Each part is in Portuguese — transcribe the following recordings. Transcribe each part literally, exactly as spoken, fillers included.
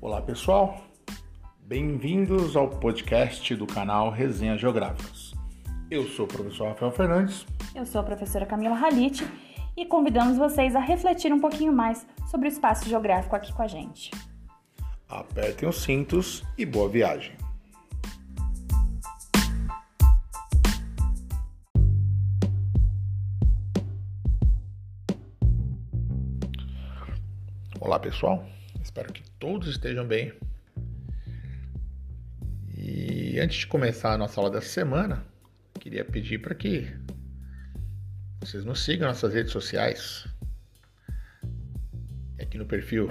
Olá pessoal, bem-vindos ao podcast do canal Resenhas Geográficas. Eu sou o professor Rafael Fernandes. Eu sou a professora Camila Halite e convidamos vocês a refletir um pouquinho mais sobre o espaço geográfico aqui com a gente. Apertem os cintos e boa viagem. Olá pessoal, espero que todos estejam bem. E antes de começar a nossa aula dessa semana, queria pedir para que vocês nos sigam nas nossas redes sociais. Aqui no perfil,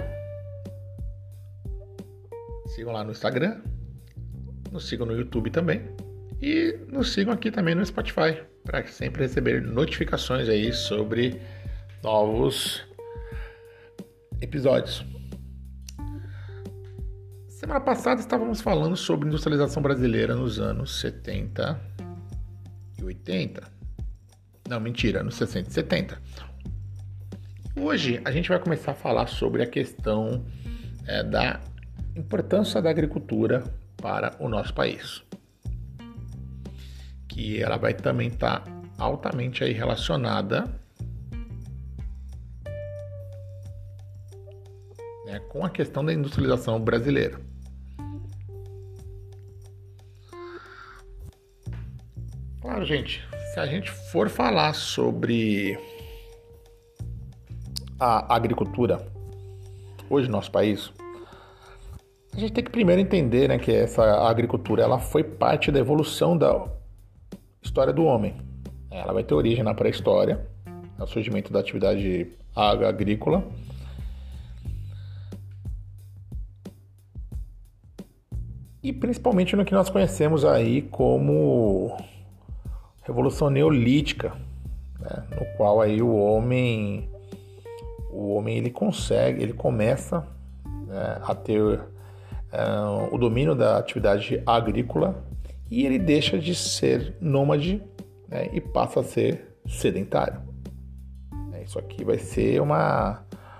sigam lá no Instagram, nos sigam no YouTube também e nos sigam aqui também no Spotify para sempre receber notificações aí sobre novos episódios. Semana passada estávamos falando sobre industrialização brasileira nos anos setenta e oitenta. Não, mentira, nos sessenta e setenta. Hoje a gente vai começar a falar sobre a questão é, da importância da agricultura para o nosso país. Que ela vai também estar altamente aí relacionada né, com a questão da industrialização brasileira. Claro, gente, se a gente for falar sobre a agricultura hoje no nosso país, a gente tem que primeiro entender né, que essa agricultura ela foi parte da evolução da história do homem. Ela vai ter origem na pré-história, no surgimento da atividade agrícola. E principalmente no que nós conhecemos aí como Revolução Neolítica, né, no qual aí o homem, o homem ele consegue, ele começa né, a ter uh, o domínio da atividade agrícola e ele deixa de ser nômade né, e passa a ser sedentário. Isso aqui vai ser uma,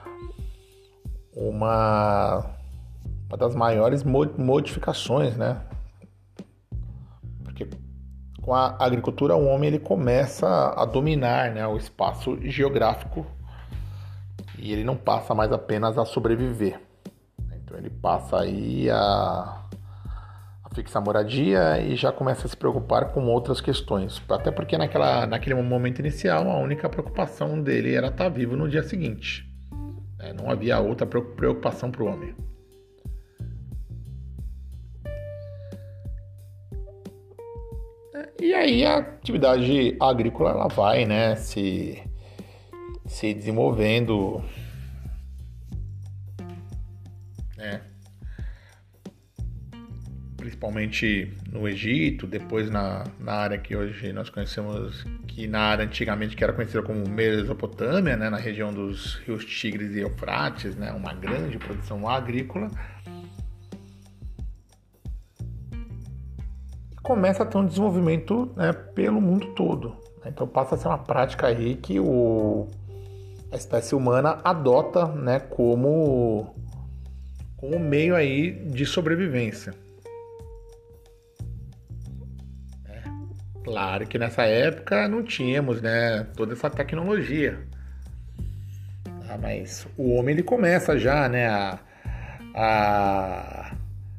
uma, uma das maiores modificações, né? Porque com a agricultura, o homem ele começa a dominar né, o espaço geográfico e ele não passa mais apenas a sobreviver. Então ele passa aí a, a fixar moradia e já começa a se preocupar com outras questões. Até porque naquela, naquele momento inicial, a única preocupação dele era estar vivo no dia seguinte. Não havia outra preocupação para o homem. E aí a atividade agrícola ela vai, né, se, se desenvolvendo, né, principalmente no Egito, depois na, na área que hoje nós conhecemos, que na área antigamente que era conhecida como Mesopotâmia, né, na região dos rios Tigres e Eufrates, né, uma grande produção agrícola. Começa a ter um desenvolvimento né, pelo mundo todo. Então passa a ser uma prática aí que o, a espécie humana adota né, como, como meio aí de sobrevivência. É, claro que nessa época não tínhamos né, toda essa tecnologia. Tá? Mas o homem ele começa já né, a... a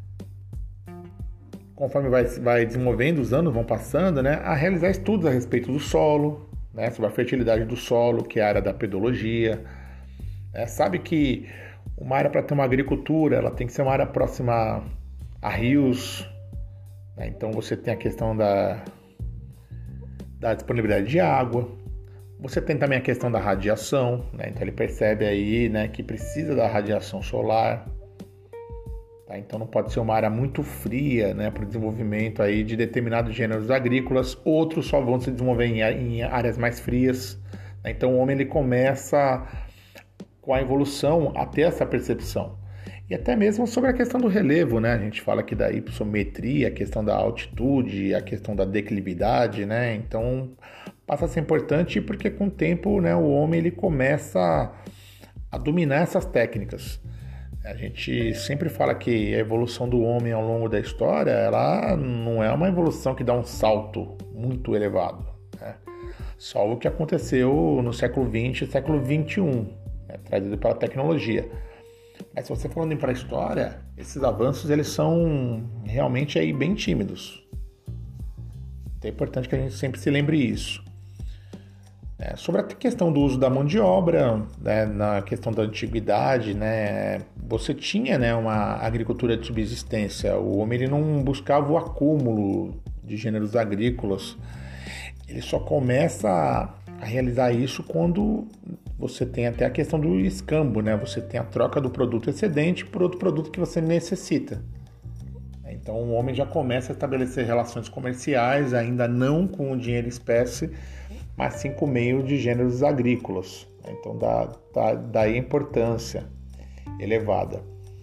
conforme vai, vai desenvolvendo, os anos vão passando, né, a realizar estudos a respeito do solo, né, sobre a fertilidade do solo, que é a área da pedologia. Né, sabe que uma área para ter uma agricultura, ela tem que ser uma área próxima a rios. Né, então você tem a questão da, da disponibilidade de água. Você tem também a questão da radiação. Né, então ele percebe aí né, que precisa da radiação solar. Tá? Então não pode ser uma área muito fria né, para o desenvolvimento aí de determinados gêneros agrícolas, outros só vão se desenvolver em, em áreas mais frias. Tá? Então o homem ele começa com a evolução a ter essa percepção. E até mesmo sobre a questão do relevo, né? A gente fala aqui da hipossometria, a questão da altitude, a questão da declividade, né? Então passa a ser importante porque com o tempo né, o homem ele começa a dominar essas técnicas. A gente sempre fala que a evolução do homem ao longo da história, ela não é uma evolução que dá um salto muito elevado, né? Só o que aconteceu no século vinte e século vinte e um, né, trazido pela tecnologia. Mas se você falando em pré-história, esses avanços eles são realmente aí bem tímidos. Então é importante que a gente sempre se lembre isso. É, sobre a questão do uso da mão de obra, né, na questão da antiguidade, né, você tinha, né, uma agricultura de subsistência. O homem ele não buscava o acúmulo de gêneros agrícolas. Ele só começa a realizar isso quando você tem até a questão do escambo, né? Você tem a troca do produto excedente por outro produto que você necessita. Então o homem já começa a estabelecer relações comerciais, ainda não com o dinheiro espécie, mas sim com meio de gêneros agrícolas. Então dá, dá, daí a importância elevada.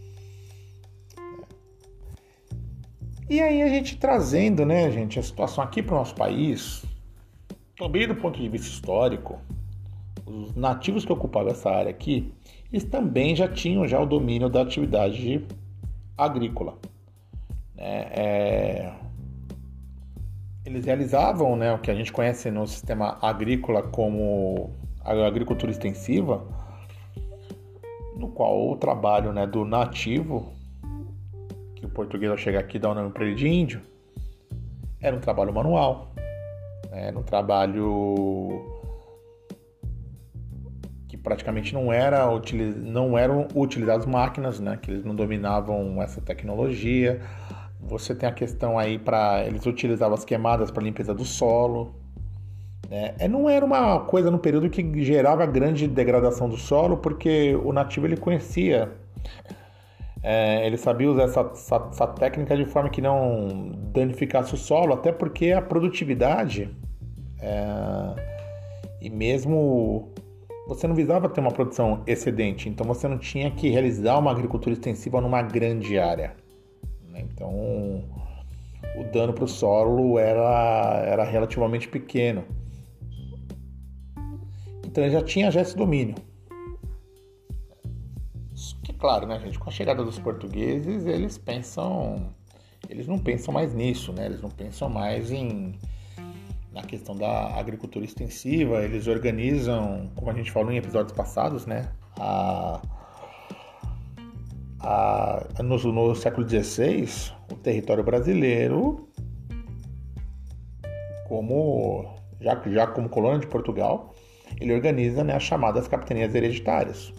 E aí a gente trazendo, né, gente, a situação aqui para o nosso país, também do ponto de vista histórico, os nativos que ocupavam essa área aqui, eles também já tinham já o domínio da atividade agrícola. É, eles realizavam, né, o que a gente conhece no sistema agrícola como a agricultura extensiva, no qual o trabalho, né, do nativo, que o português ao chegar aqui dá o nome para ele de índio, era um trabalho manual, né, era um trabalho que praticamente não, era, não eram utilizadas máquinas, né, que eles não dominavam essa tecnologia. Você tem a questão aí para eles utilizavam as queimadas para limpeza do solo, né? É, não era uma coisa no período que gerava grande degradação do solo, porque o nativo ele conhecia, é, ele sabia usar essa, essa, essa técnica de forma que não danificasse o solo, até porque a produtividade é, e mesmo você não visava ter uma produção excedente, então você não tinha que realizar uma agricultura extensiva numa grande área. Então, o dano para o solo era, era relativamente pequeno. Então, ele já tinha já esse domínio. Isso que, claro, né, gente, com a chegada dos portugueses, eles pensam... Eles não pensam mais nisso, né? Eles não pensam mais em... na questão da agricultura extensiva. Eles organizam, como a gente falou em episódios passados, né? A... A, no, no século dezesseis, o território brasileiro, como, já, já como colônia de Portugal, ele organiza, né, as chamadas capitanias hereditárias.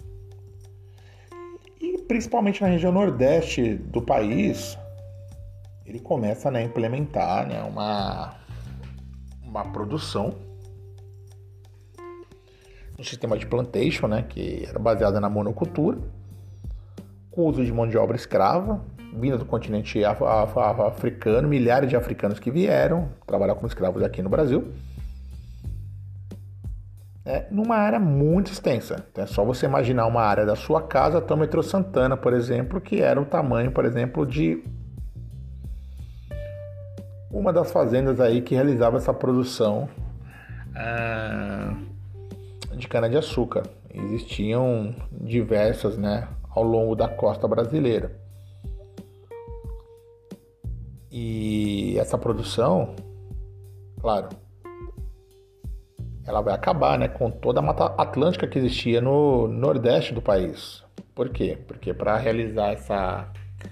E principalmente na região nordeste do país, ele começa, né, a implementar, né, uma, uma produção no sistema de plantation, né, que era baseada na monocultura, com o uso de mão de obra escrava, vinda do continente af- af- af- africano, milhares de africanos que vieram trabalhar como escravos aqui no Brasil, é, numa área muito extensa. Então é só você imaginar uma área da sua casa, até o metrô Santana, por exemplo, que era o tamanho, por exemplo, de uma das fazendas aí que realizava essa produção ah, de cana-de-açúcar. Existiam diversas, né, ao longo da costa brasileira. E essa produção, claro, ela vai acabar, né, com toda a Mata Atlântica que existia no nordeste do país. Por quê? Porque para realizar essa,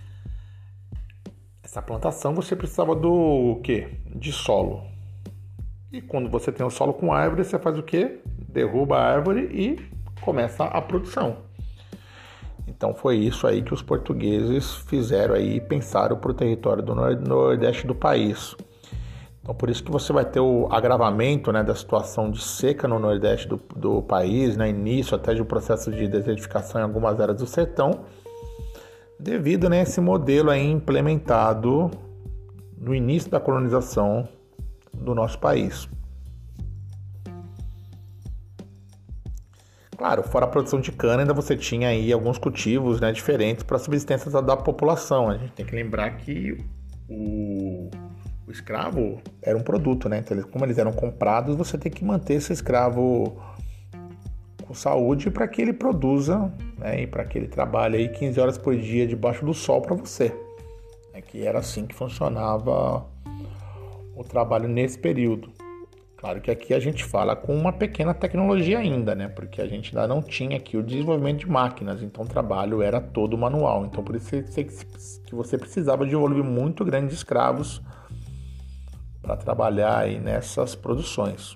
essa plantação você precisava do quê? De solo. E quando você tem o solo com árvore, você faz o quê? Derruba a árvore e começa a produção. Então foi isso aí que os portugueses fizeram aí e pensaram para o território do nordeste do país. Então por isso que você vai ter o agravamento, né, da situação de seca no nordeste do, do país, né, início até de um processo de desertificação em algumas áreas do sertão, devido, né, a esse modelo aí implementado no início da colonização do nosso país. Claro, fora a produção de cana, ainda você tinha aí alguns cultivos, né, diferentes para a subsistência da população. A gente tem que lembrar que o, o escravo era um produto, né? Então, como eles eram comprados, você tem que manter esse escravo com saúde para que ele produza, né, e para que ele trabalhe aí quinze horas por dia debaixo do sol para você. É que era assim que funcionava o trabalho nesse período. Claro que aqui a gente fala com uma pequena tecnologia ainda, né? Porque a gente ainda não tinha aqui o desenvolvimento de máquinas, então o trabalho era todo manual. Então por isso que você precisava de um volume muito grande de escravos para trabalhar aí nessas produções.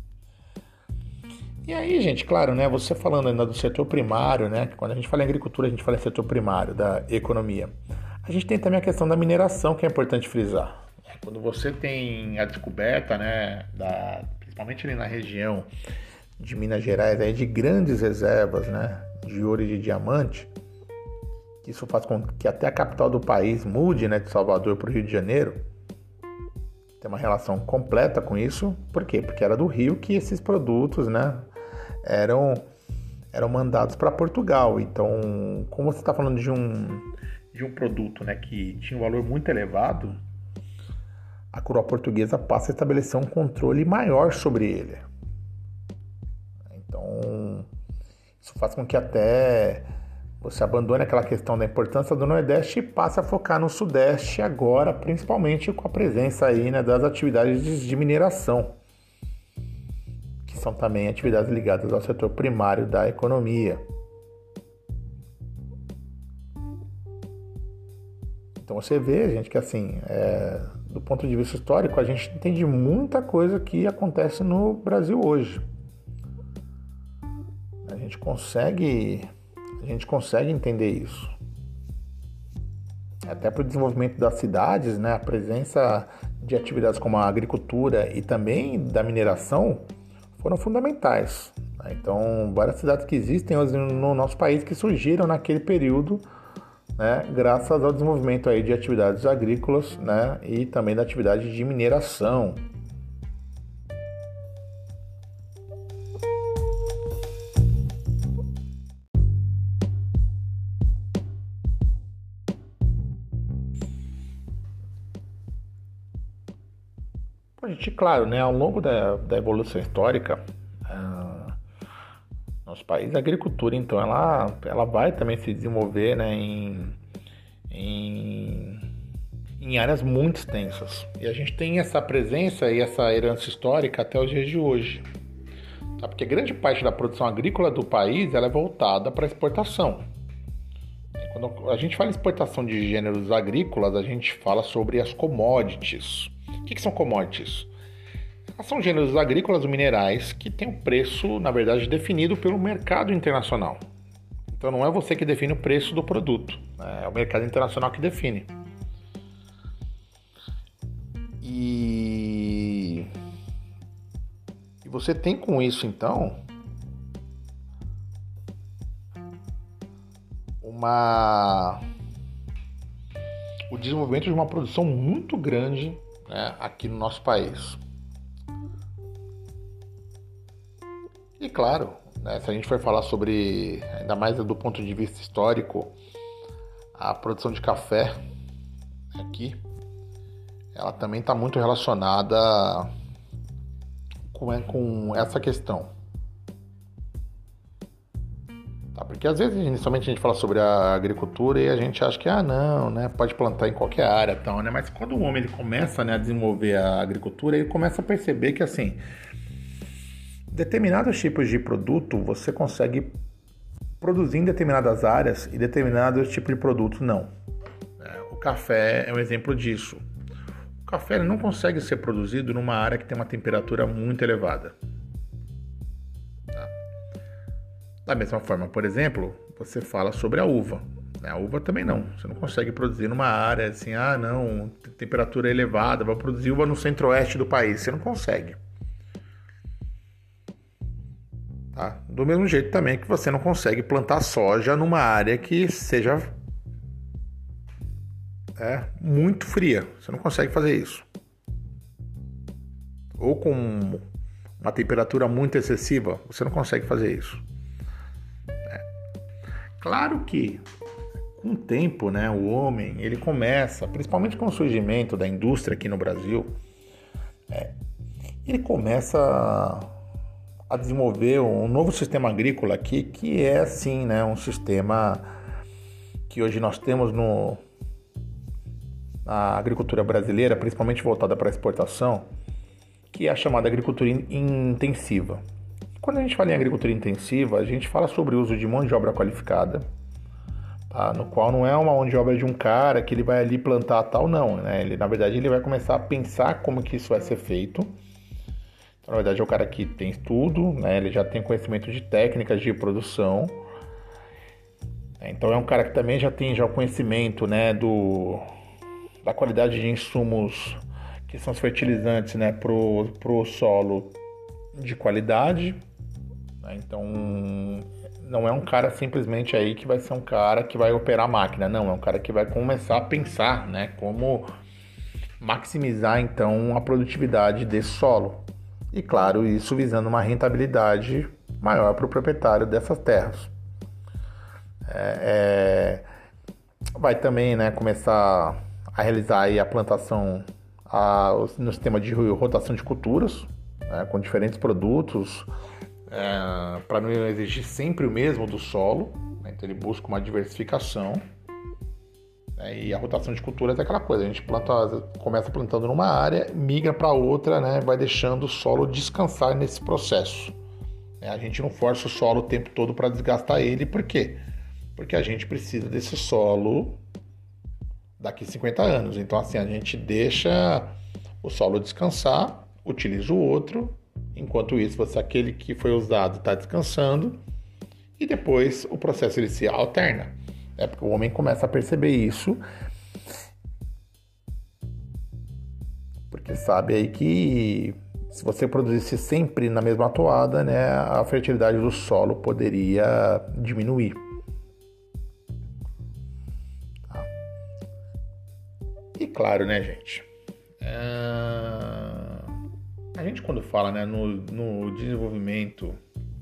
E aí, gente, claro, né? Você falando ainda do setor primário, né? Quando a gente fala em agricultura, a gente fala em setor primário da economia. A gente tem também a questão da mineração, que é importante frisar. Quando você tem a descoberta, né, da, principalmente ali na região de Minas Gerais, aí de grandes reservas, né, de ouro e de diamante, isso faz com que até a capital do país mude, né, de Salvador para o Rio de Janeiro. Tem uma relação completa com isso. Por quê? Porque era do Rio que esses produtos, né, eram, eram mandados para Portugal. Então, como você está falando de um, de um produto, né, que tinha um valor muito elevado, a coroa portuguesa passa a estabelecer um controle maior sobre ele. Então, isso faz com que até você abandone aquela questão da importância do Nordeste e passe a focar no Sudeste agora, principalmente com a presença aí, né, das atividades de mineração, que são também atividades ligadas ao setor primário da economia. Então você vê, gente, que assim, é, do ponto de vista histórico, a gente entende muita coisa que acontece no Brasil hoje. A gente consegue, a gente consegue entender isso. Até para o desenvolvimento das cidades, né, a presença de atividades como a agricultura e também da mineração foram fundamentais. Então, várias cidades que existem hoje no nosso país que surgiram naquele período, né, graças ao desenvolvimento aí de atividades agrícolas, né, e também da atividade de mineração. Bom, gente, claro, né, ao longo da, da evolução histórica, uh, nosso país, a agricultura, então, ela, ela vai também se desenvolver, né, em, em, em áreas muito extensas. E a gente tem essa presença e essa herança histórica até os dias de hoje. Tá? Porque grande parte da produção agrícola do país ela é voltada para exportação. Quando a gente fala em exportação de gêneros agrícolas, a gente fala sobre as commodities. O que, que são commodities? São gêneros agrícolas ou minerais que têm um preço, na verdade, definido pelo mercado internacional. Então não é você que define o preço do produto, né? É o mercado internacional que define. E, e você tem com isso, então, uma... o desenvolvimento de uma produção muito grande, né, aqui no nosso país. E claro, né, se a gente for falar sobre, ainda mais do ponto de vista histórico, a produção de café aqui, ela também está muito relacionada com, com essa questão. Tá? Porque às vezes, inicialmente, a gente fala sobre a agricultura e a gente acha que, ah, não, né, pode plantar em qualquer área, tal, né? Mas quando o homem ele começa, né, a desenvolver a agricultura, ele começa a perceber que, assim, determinados tipos de produto você consegue produzir em determinadas áreas e determinados tipos de produtos não. O café é um exemplo disso. O café ele não consegue ser produzido numa área que tem uma temperatura muito elevada. Tá? Da mesma forma, por exemplo, você fala sobre a uva. A uva também não. Você não consegue produzir numa área assim, ah não, temperatura elevada, vai produzir uva no centro-oeste do país. Você não consegue. Tá? Do mesmo jeito também que você não consegue plantar soja numa área que seja é, muito fria. Você não consegue fazer isso. Ou com uma temperatura muito excessiva, você não consegue fazer isso. É. Claro que com o tempo, né, o homem ele começa, principalmente com o surgimento da indústria aqui no Brasil, é, ele começa a a desenvolver um novo sistema agrícola aqui, que é assim, né, um sistema que hoje nós temos no, na agricultura brasileira, principalmente voltada para a exportação, que é a chamada agricultura intensiva. Quando a gente fala em agricultura intensiva, a gente fala sobre o uso de mão de obra qualificada, tá? No qual não é uma mão de obra de um cara que ele vai ali plantar tal, não, né? Ele, na verdade, ele vai começar a pensar como que isso vai ser feito. Então, na verdade, é o cara que tem estudo, né? Ele já tem conhecimento de técnicas de produção. Então, é um cara que também já tem já o conhecimento, né, do, da qualidade de insumos que são os fertilizantes, né, pro, pro solo de qualidade. Então, não é um cara simplesmente aí que vai ser um cara que vai operar a máquina, não, é um cara que vai começar a pensar, né, como maximizar, então, a produtividade desse solo. E, claro, isso visando uma rentabilidade maior para o proprietário dessas terras. É, é, vai também, né, começar a realizar aí a plantação a, no sistema de rotação de culturas, né, com diferentes produtos, é, para não exigir sempre o mesmo do solo, né? Então ele busca uma diversificação, né? E a rotação de culturas é aquela coisa, a gente planta, começa plantando numa área, migra para outra, né? Vai deixando o solo descansar nesse processo, né? A gente não força o solo o tempo todo para desgastar ele, por quê? Porque a gente precisa desse solo daqui cinquenta anos, então assim, a gente deixa o solo descansar, utiliza o outro. Enquanto isso, você, aquele que foi usado está descansando e depois o processo ele se alterna. É porque o homem começa a perceber isso, porque sabe aí que se você produzisse sempre na mesma toada, né, a fertilidade do solo poderia diminuir. Tá. E claro, né, gente? É... A gente quando fala, né, no, no desenvolvimento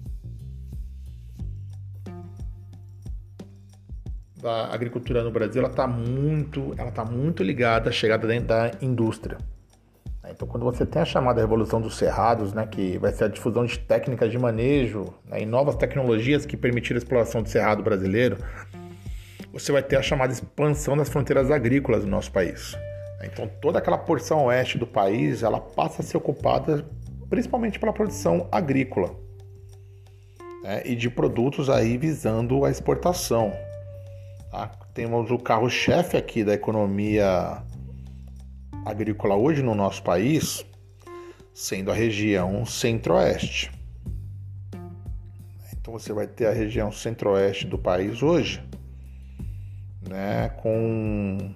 da agricultura no Brasil, ela está muito, ela tá muito ligada à chegada da indústria. Então, quando você tem a chamada Revolução dos Cerrados, né, que vai ser a difusão de técnicas de manejo, né, e novas tecnologias que permitiram a exploração do cerrado brasileiro, você vai ter a chamada expansão das fronteiras agrícolas do nosso país. Então, toda aquela porção oeste do país, ela passa a ser ocupada principalmente pela produção agrícola, né, e de produtos aí visando a exportação. Tá? Temos o carro-chefe aqui da economia agrícola hoje no nosso país, sendo a região centro-oeste. Então, você vai ter a região centro-oeste do país hoje, né, com...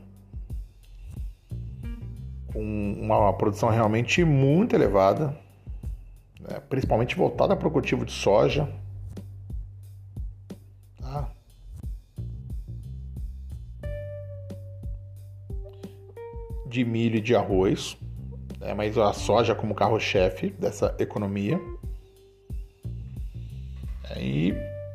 com uma produção realmente muito elevada, né, principalmente voltada para o cultivo de soja, tá? De milho e de arroz, né, mas a soja como carro-chefe dessa economia. E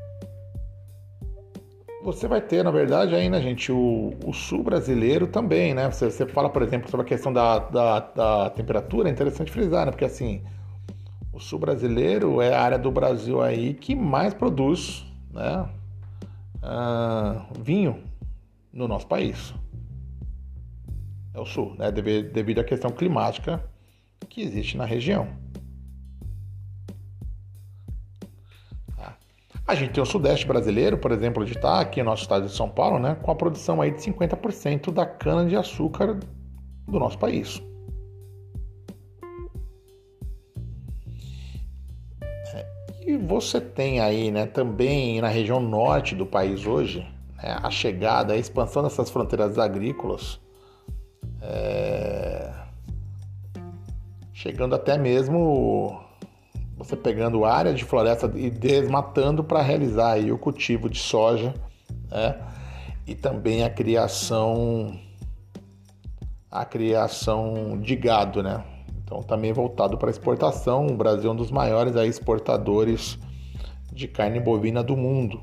você vai ter, na verdade, aí, né, gente, o, o sul brasileiro também, né? Você, você fala, por exemplo, sobre a questão da, da, da temperatura, é interessante frisar, né? Porque, assim, o sul brasileiro é a área do Brasil aí que mais produz, né, ah, vinho no nosso país. É o sul, né? Devido, devido à questão climática que existe na região. A gente tem o sudeste brasileiro, por exemplo, de estar aqui no nosso estado de São Paulo, né, com a produção aí de cinquenta por cento da cana-de-açúcar do nosso país. E você tem aí, né, também na região norte do país hoje, né, a chegada, a expansão dessas fronteiras agrícolas, é... chegando até mesmo... você pegando área de floresta e desmatando para realizar aí o cultivo de soja, né? E também a criação a criação de gado, né? Então também voltado para exportação. O Brasil é um dos maiores aí exportadores de carne bovina do mundo.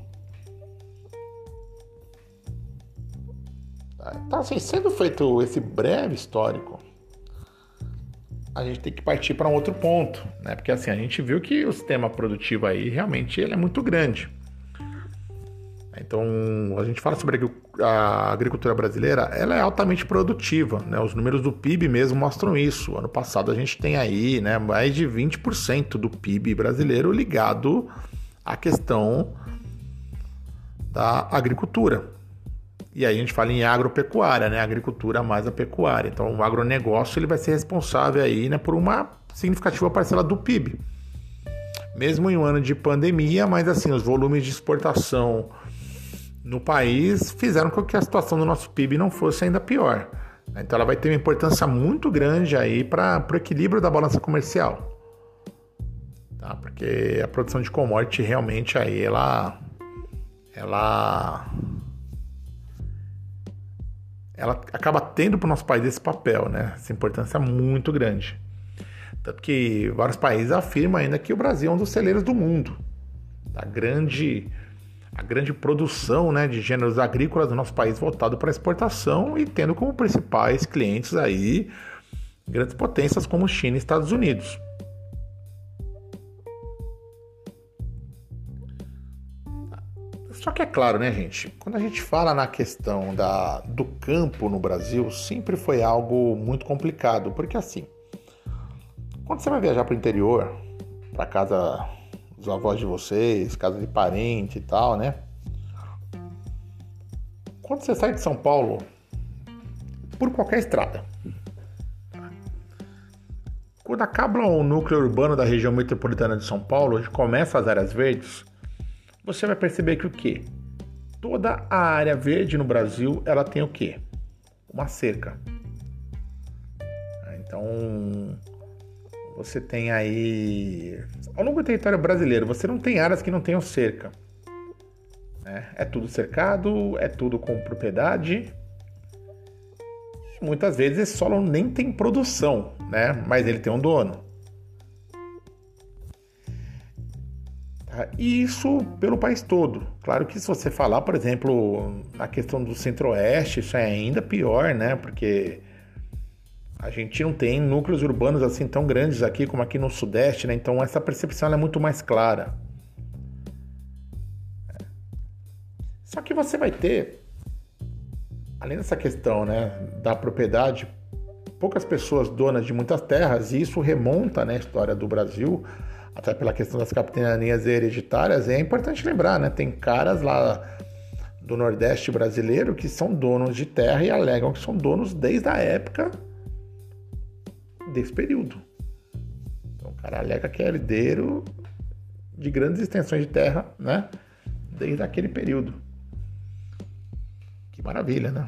Então, assim, sendo feito esse breve histórico, a gente tem que partir para um outro ponto, né? Porque assim, a gente viu que o sistema produtivo aí realmente ele é muito grande. Então, a gente fala sobre a agricultura brasileira, ela é altamente produtiva, né? Os números do P I B mesmo mostram isso. Ano passado a gente tem aí, né, mais de vinte por cento do P I B brasileiro ligado à questão da agricultura. E aí a gente fala em agropecuária, né? Agricultura mais a pecuária. Então, o agronegócio ele vai ser responsável aí, né, por uma significativa parcela do P I B. Mesmo em um ano de pandemia, mas assim, os volumes de exportação no país fizeram com que a situação do nosso P I B não fosse ainda pior. Então ela vai ter uma importância muito grande aí para o equilíbrio da balança comercial. Tá? Porque a produção de commodity realmente aí ela, ela, ela acaba tendo para o nosso país esse papel, né? Essa importância muito grande. Tanto que vários países afirmam ainda que o Brasil é um dos celeiros do mundo. A grande... a grande produção, né, de gêneros agrícolas do nosso país voltado para exportação e tendo como principais clientes aí grandes potências como China e Estados Unidos. Só que é claro, né, gente, quando a gente fala na questão da, do campo no Brasil, sempre foi algo muito complicado, porque assim, quando você vai viajar para o interior, para casa dos avós de vocês, casa de parente e tal, né? Quando você sai de São Paulo, por qualquer estrada, quando acaba o núcleo urbano da região metropolitana de São Paulo, onde começam as áreas verdes, você vai perceber que o quê? Toda a área verde no Brasil, ela tem o quê? Uma cerca. Então, você tem aí... ao longo do território brasileiro, você não tem áreas que não tenham cerca. Né? É tudo cercado, é tudo com propriedade. Muitas vezes esse solo nem tem produção, né? Mas ele tem um dono. E isso pelo país todo. Claro que se você falar, por exemplo, na questão do Centro-Oeste, isso é ainda pior, né? Porque a gente não tem núcleos urbanos assim tão grandes aqui como aqui no Sudeste, né? Então essa percepção ela é muito mais clara. Só que você vai ter, além dessa questão, né, da propriedade, poucas pessoas donas de muitas terras, e isso remonta, né, a história do Brasil, até pela questão das capitanias hereditárias. É importante lembrar, né, tem caras lá do Nordeste brasileiro que são donos de terra e alegam que são donos desde a época desse período. Então o cara alega que é herdeiro de grandes extensões de terra, né, desde aquele período. Que maravilha, né?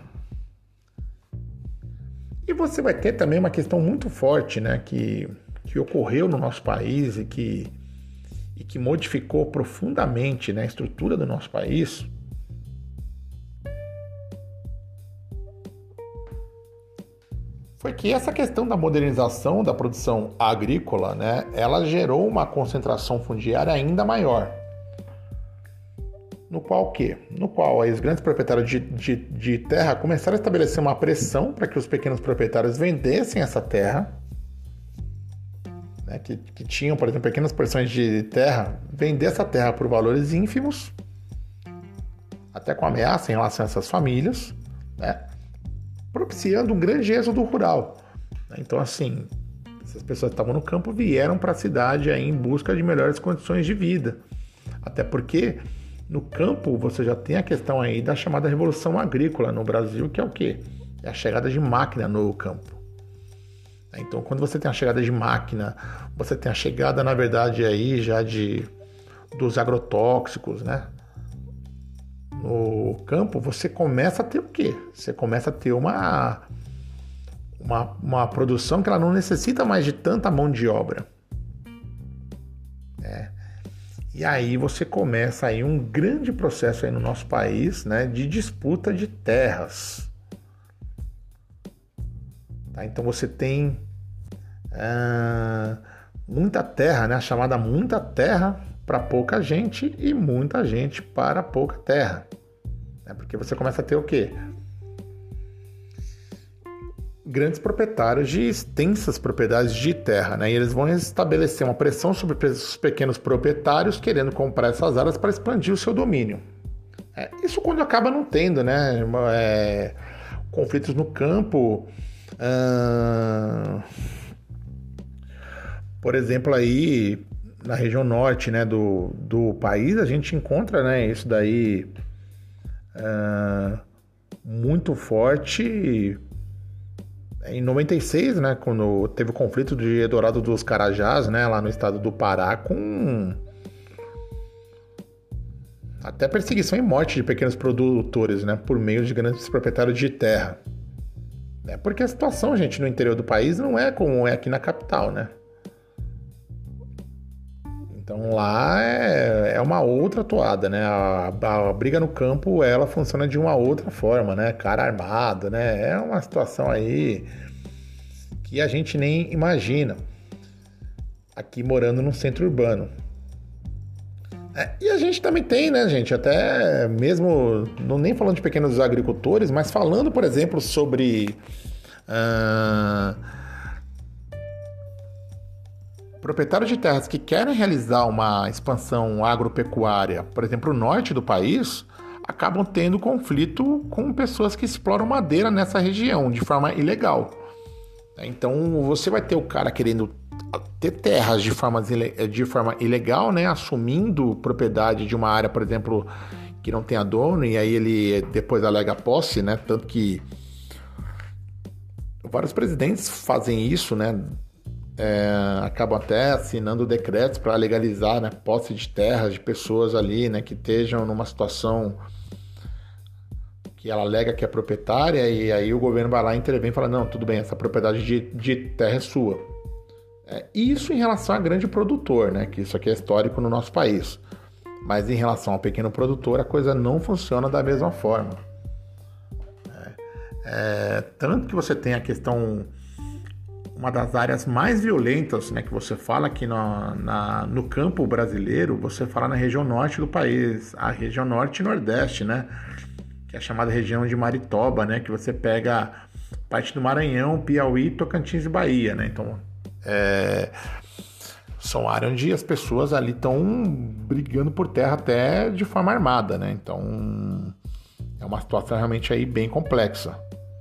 E você vai ter também uma questão muito forte, né, que, que ocorreu no nosso país e que, e que modificou profundamente, né, a estrutura do nosso país. Foi que essa questão da modernização da produção agrícola, né, ela gerou uma concentração fundiária ainda maior. No qual o quê? No qual aí os grandes proprietários de, de, de terra começaram a estabelecer uma pressão para que os pequenos proprietários vendessem essa terra, né, que, que tinham, por exemplo, pequenas porções de terra, vender essa terra por valores ínfimos, até com ameaça em relação a essas famílias, né, propiciando um grande êxodo rural. Então, assim, essas pessoas que estavam no campo vieram para a cidade aí em busca de melhores condições de vida. Até porque no campo você já tem a questão aí da chamada Revolução Agrícola no Brasil, que é o quê? É a chegada de máquina no campo. Então, quando você tem a chegada de máquina, você tem a chegada, na verdade, aí já de dos agrotóxicos, né? No campo, você começa a ter o quê? Você começa a ter uma, uma, uma produção que ela não necessita mais de tanta mão de obra. É. E aí você começa aí um grande processo aí no nosso país, né, de disputa de terras. Tá? Então você tem ah, muita terra, né, chamada muita terra para pouca gente e muita gente para pouca terra. É porque você começa a ter o quê? grandes proprietários de extensas propriedades de terra, né? E eles vão estabelecer uma pressão sobre os pequenos proprietários querendo comprar essas áreas para expandir o seu domínio. É, isso quando acaba não tendo, né? É, conflitos no campo, hum, por exemplo, aí na região norte, né, do, do país, a gente encontra, né, isso daí hum, muito forte. Em noventa e seis, né, quando teve o conflito de Eldorado dos Carajás, né, lá no estado do Pará, com até perseguição e morte de pequenos produtores, né, por meio de grandes proprietários de terra. É porque a situação, gente, no interior do país não é como é aqui na capital, né? Então lá é, é uma outra toada, né? A, a, a briga no campo, ela funciona de uma outra forma, né? Cara armado, né? É uma situação aí que a gente nem imagina aqui morando num centro urbano. É, e a gente também tem, né, gente, até mesmo, não nem falando de pequenos agricultores, mas falando, por exemplo, sobre ah, proprietários de terras que querem realizar uma expansão agropecuária, por exemplo, no norte do país, acabam tendo conflito com pessoas que exploram madeira nessa região de forma ilegal. Então você vai ter o cara querendo ter terras de forma, de forma ilegal, né, assumindo propriedade de uma área, por exemplo, que não tenha dono, e aí ele depois alega posse, né, tanto que vários presidentes fazem isso, né, é, acabam até assinando decretos para legalizar, né, posse de terras de pessoas ali, né, que estejam numa situação que ela alega que é proprietária, e aí o governo vai lá e intervém e fala, não, tudo bem, essa propriedade de, de terra é sua. É, isso em relação a grande produtor, né, que isso aqui é histórico no nosso país. Mas em relação ao pequeno produtor, a coisa não funciona da mesma forma. É, é, tanto que você tem a questão, uma das áreas mais violentas, né, que você fala aqui no, na, no campo brasileiro, você fala na região norte do país, a região norte e nordeste, né, que é a chamada região de Maritoba, né, que você pega parte do Maranhão, Piauí, Tocantins e Bahia, né, então é, são áreas onde as pessoas ali estão brigando por terra até de forma armada, né, então é uma situação realmente aí bem complexa.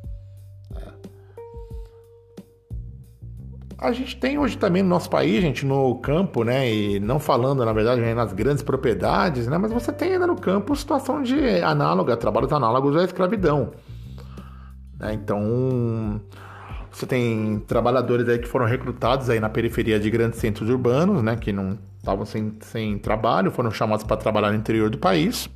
A gente tem hoje também no nosso país, gente, no campo, né, e não falando, na verdade, nas grandes propriedades, né, mas você tem ainda no campo situação de análoga, trabalhos análogos à escravidão. Né, então, você tem trabalhadores aí que foram recrutados aí na periferia de grandes centros urbanos, né, que não estavam sem, sem trabalho, foram chamados para trabalhar no interior do país.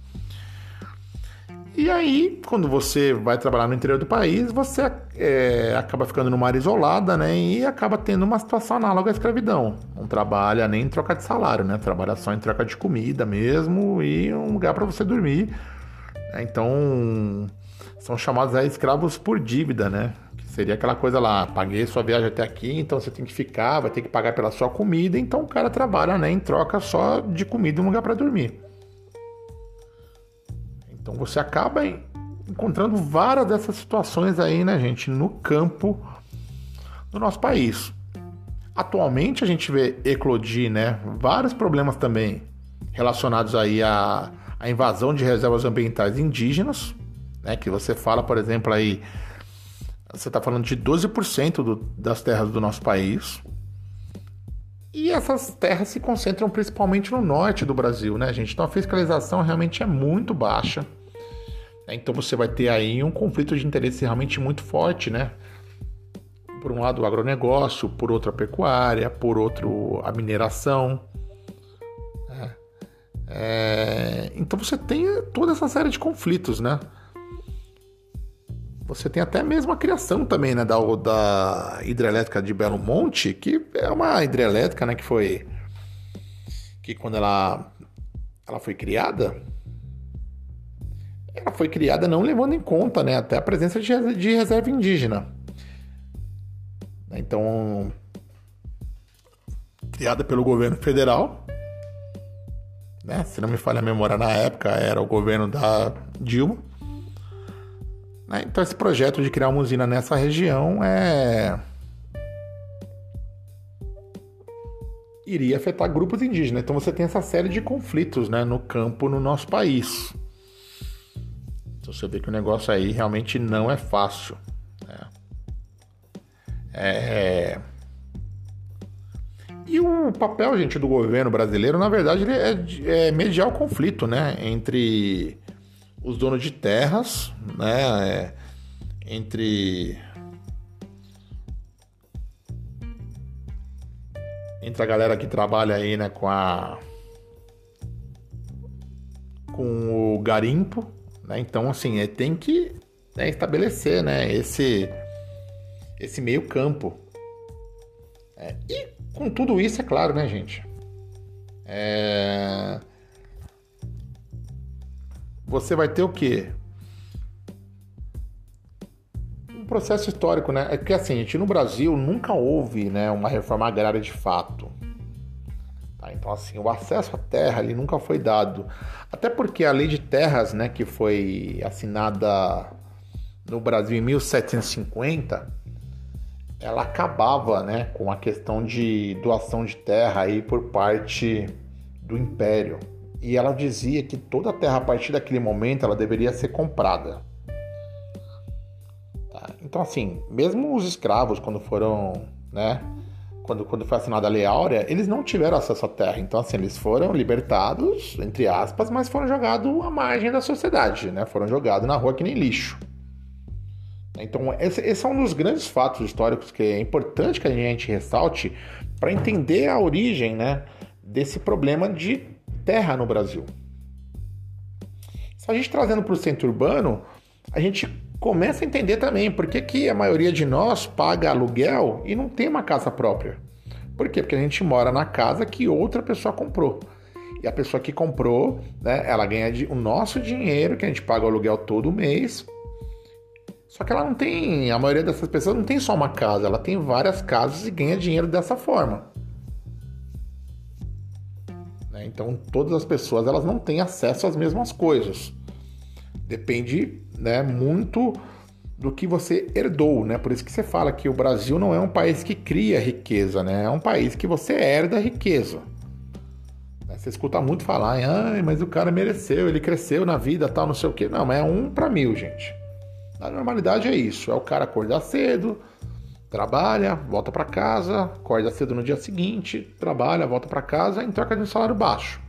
E aí, quando você vai trabalhar no interior do país, você é, acaba ficando numa área isolada, né? E acaba tendo uma situação análoga à escravidão. Não trabalha nem em troca de salário, né? Trabalha só em troca de comida mesmo e um lugar para você dormir. Então, são chamados aí escravos por dívida, né? Que seria aquela coisa lá, paguei sua viagem até aqui, então você tem que ficar, vai ter que pagar pela sua comida. Então, o cara trabalha, né, em troca só de comida e um lugar para dormir. Então você acaba encontrando várias dessas situações aí, né, gente, no campo do nosso país. Atualmente a gente vê eclodir, né, vários problemas também relacionados aí à, à invasão de reservas ambientais indígenas, né, que você fala, por exemplo, aí, você está falando de doze por cento do, das terras do nosso país. E essas terras se concentram principalmente no norte do Brasil, né, gente? Então a fiscalização realmente é muito baixa. Então você vai ter aí um conflito de interesse realmente muito forte, né? Por um lado o agronegócio, por outro a pecuária, por outro a mineração. É. É... Então você tem toda essa série de conflitos, né? Você tem até mesmo a criação também, né, da, da hidrelétrica de Belo Monte, que é uma hidrelétrica, né, que foi... que quando ela, ela foi criada, ela foi criada não levando em conta, né, até a presença de, de reserva indígena. Então, criada pelo governo federal, né, se não me falha a memória, na época era o governo da Dilma. Né? Então esse projeto de criar uma usina nessa região é... iria afetar grupos indígenas. Então você tem essa série de conflitos, né, no campo no nosso país. Então você vê que o negócio aí realmente não é fácil. Né? É... E o papel, gente, do governo brasileiro, na verdade, ele é, é mediar o conflito, né, entre os donos de terras, né, é, entre entre a galera que trabalha aí, né, com a com o garimpo, né? Então, assim, é, tem que, né, estabelecer, né, esse esse meio campo. É, e com tudo isso, é claro, né, gente? É... Você vai ter o quê? Um processo histórico, né? É que, assim, gente, no Brasil nunca houve, né, uma reforma agrária de fato. Tá? Então, assim, o acesso à terra ali nunca foi dado. Até porque a lei de terras, né, que foi assinada no Brasil em mil setecentos e cinquenta... ela acabava, né, com a questão de doação de terra aí por parte do Império. E ela dizia que toda a terra, a partir daquele momento, ela deveria ser comprada. Tá? Então, assim, mesmo os escravos, quando foram, né, quando, quando foi assinada a Lei Áurea, eles não tiveram acesso à terra. Então, assim, eles foram libertados, entre aspas, mas foram jogados à margem da sociedade, né? Foram jogados na rua que nem lixo. Então, esse, esse é um dos grandes fatos históricos que é importante que a gente ressalte para entender a origem, né, desse problema de terra no Brasil. Se a gente trazendo para o centro urbano, a gente começa a entender também por que, que a maioria de nós paga aluguel e não tem uma casa própria. Por quê? Porque a gente mora na casa que outra pessoa comprou. E a pessoa que comprou, né, ela ganha de, o nosso dinheiro, que a gente paga o aluguel todo mês. Só que ela não tem, a maioria dessas pessoas não tem só uma casa, ela tem várias casas e ganha dinheiro dessa forma. Né? Então, todas as pessoas, elas não têm acesso às mesmas coisas. Depende, né, muito do que você herdou, né? Por isso que você fala que o Brasil não é um país que cria riqueza, né? É um país que você herda riqueza. Você escuta muito falar, ah, mas o cara mereceu, ele cresceu na vida, tal, não sei o quê. Não, mas é um para mil, gente. A normalidade é isso, é o cara acordar cedo, trabalha, volta para casa, acorda cedo no dia seguinte, trabalha, volta para casa em troca de um salário baixo.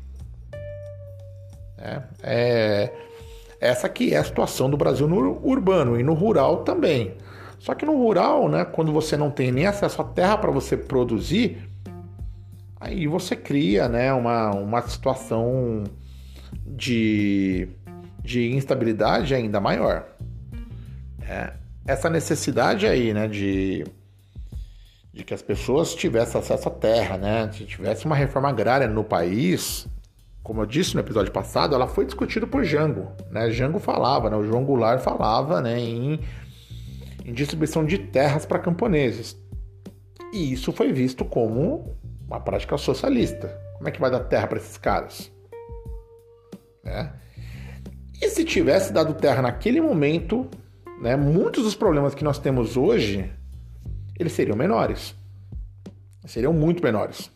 É, é, essa aqui é a situação do Brasil no urbano e no rural também. Só que no rural, né, quando você não tem nem acesso à terra para você produzir, aí você cria, né, uma, uma situação de, de instabilidade ainda maior. É, essa necessidade aí, né, de, de que as pessoas tivessem acesso à terra, né, se tivesse uma reforma agrária no país, como eu disse no episódio passado, ela foi discutida por Jango, né, Jango falava, né, o João Goulart falava, né, em, em distribuição de terras para camponeses, e isso foi visto como uma prática socialista. Como é que vai dar terra para esses caras? Né? E se tivesse dado terra naquele momento, né, muitos dos problemas que nós temos hoje, eles seriam menores. Seriam muito menores.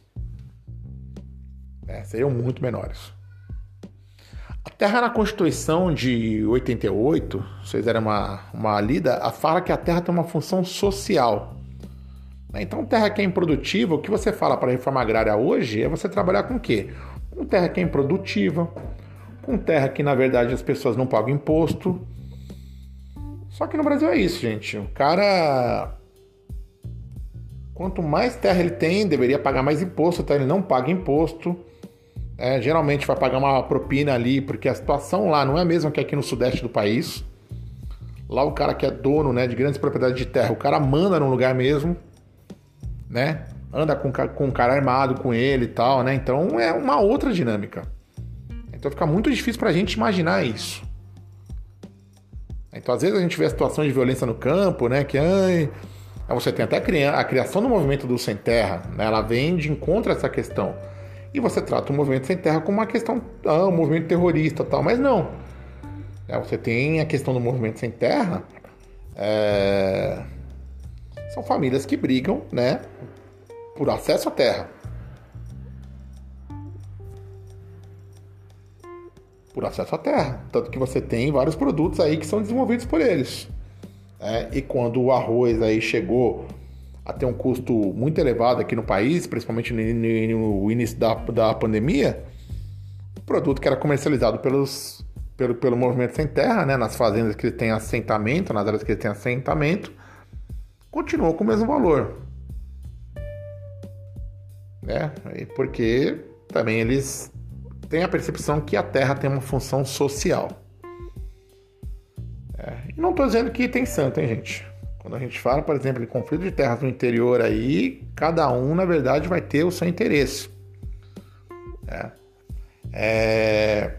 É, seriam muito menores. A terra na Constituição de oitenta e oito, se vocês deram uma, uma lida, a fala que a terra tem uma função social. Então, terra que é improdutiva, o que você fala para a reforma agrária hoje é você trabalhar com o quê? Com terra que é improdutiva, com terra que, na verdade, as pessoas não pagam imposto. Só que no Brasil é isso, gente. O cara, quanto mais terra ele tem, deveria pagar mais imposto, então ele não paga imposto. É, geralmente vai pagar uma propina ali, porque a situação lá não é a mesma que aqui no sudeste do país. Lá o cara que é dono, né, de grandes propriedades de terra, o cara manda num lugar mesmo, né? Anda com, com um cara armado com ele e tal, né? Então é uma outra dinâmica. Então fica muito difícil pra gente imaginar isso. Então às vezes a gente vê a situação de violência no campo, né? Que ai, você tem até a criação do movimento do sem terra, né? Ela vem de encontro a essa questão. E você trata o movimento sem terra como uma questão, ah, um movimento terrorista e tal, mas não. né? Você tem a questão do movimento sem terra, é... são famílias que brigam, né, por acesso à terra. Por acesso à terra. Tanto que você tem vários produtos aí que são desenvolvidos por eles. É, e quando o arroz aí chegou a ter um custo muito elevado aqui no país, principalmente no, no, no início da, da pandemia, o produto que era comercializado pelos, pelo, pelo movimento sem terra, né, nas fazendas que tem assentamento, nas áreas que tem assentamento, continuou com o mesmo valor. Né? Porque também eles têm a percepção que a terra tem uma função social. É, e não estou dizendo que tem santo, hein, gente? Quando a gente fala, por exemplo, em conflito de terras no interior aí, cada um, na verdade, vai ter o seu interesse. É. É...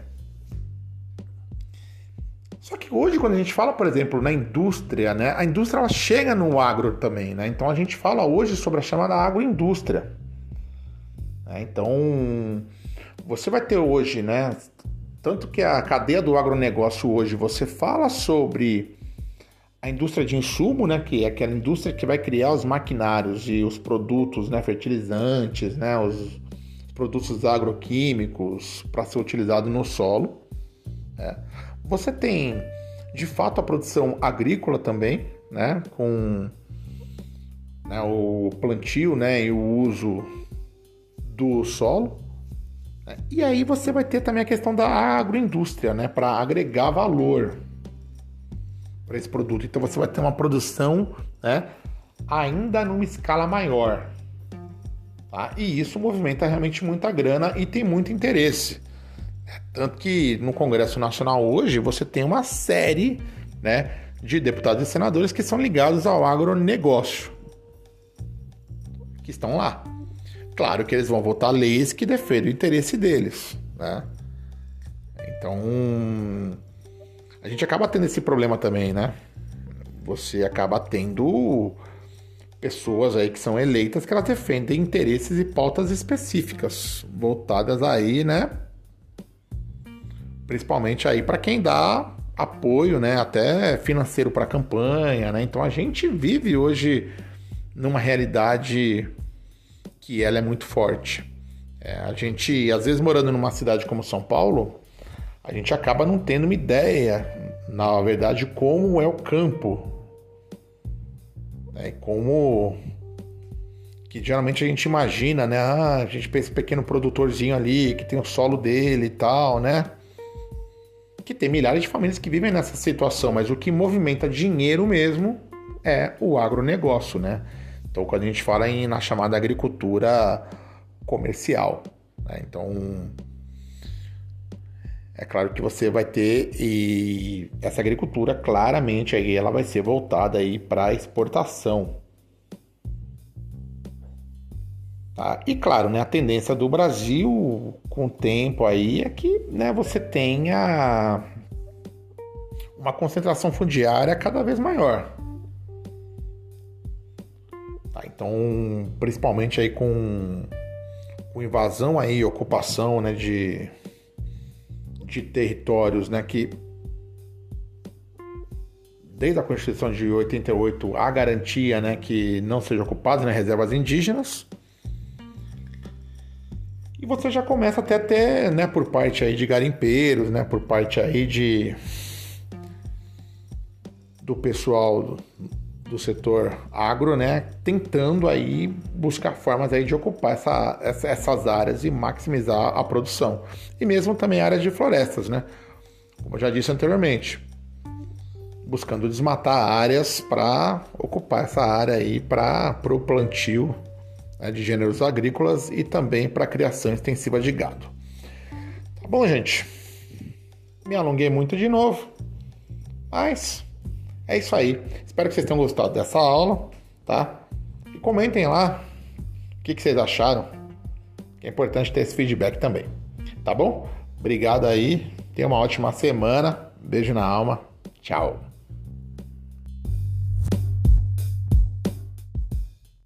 Só que hoje, quando a gente fala, por exemplo, na indústria, né? A indústria ela chega no agro também, né? Então a gente fala hoje sobre a chamada agroindústria. É, então, você vai ter hoje, né? Tanto que a cadeia do agronegócio hoje, você fala sobre a indústria de insumo, né? Que é aquela indústria que vai criar os maquinários e os produtos, né? Fertilizantes, né? Os produtos agroquímicos para ser utilizado no solo. Né? Você tem, de fato, a produção agrícola também, né? Com, né, o plantio, né? E o uso do solo. Né? E aí você vai ter também a questão da agroindústria, né? Para agregar valor para esse produto. Então você vai ter uma produção, né? Ainda numa escala maior. Tá? E isso movimenta realmente muita grana e tem muito interesse. Tanto que no Congresso Nacional hoje você tem uma série, né, de deputados e senadores que são ligados ao agronegócio, que estão lá. Claro que eles vão votar leis que defendem o interesse deles. Né? Então, a gente acaba tendo esse problema também, né? Você acaba tendo pessoas aí que são eleitas que elas defendem interesses e pautas específicas, voltadas aí, né? Principalmente aí para quem dá apoio, né? Até financeiro para a campanha, né? Então a gente vive hoje numa realidade que ela é muito forte. É, a gente, às vezes morando numa cidade como São Paulo, a gente acaba não tendo uma ideia, na verdade, como é o campo. É como que geralmente a gente imagina, né? Ah, a gente pensa esse pequeno produtorzinho ali que tem o solo dele e tal, né? Que tem milhares de famílias que vivem nessa situação, mas o que movimenta dinheiro mesmo é o agronegócio, né? Então, quando a gente fala em, na chamada agricultura comercial, né? Então, é claro que você vai ter e essa agricultura, claramente, aí ela vai ser voltada aí para exportação. Tá? E claro, né, a tendência do Brasil com o tempo aí é que, né, você tenha uma concentração fundiária cada vez maior. Tá? Então, principalmente aí com, com invasão aí, ocupação, né, de, de territórios, né, que desde a Constituição de oitenta e oito há garantia, né, que não sejam ocupadas, né, reservas indígenas. E você já começa até a ter, né, por parte aí de garimpeiros, né, por parte aí de do pessoal do, do setor agro, né, tentando aí buscar formas aí de ocupar essa, essa, essas áreas e maximizar a produção. E mesmo também áreas de florestas, né, como eu já disse anteriormente, buscando desmatar áreas para ocupar essa área aí para o plantio, né, de gêneros agrícolas e também para a criação extensiva de gado. Tá bom, gente? Me alonguei muito de novo, mas é isso aí. Espero que vocês tenham gostado dessa aula, tá? E comentem lá o que, que vocês acharam, que é importante ter esse feedback também, tá bom? Obrigado aí, tenha uma ótima semana, beijo na alma, tchau!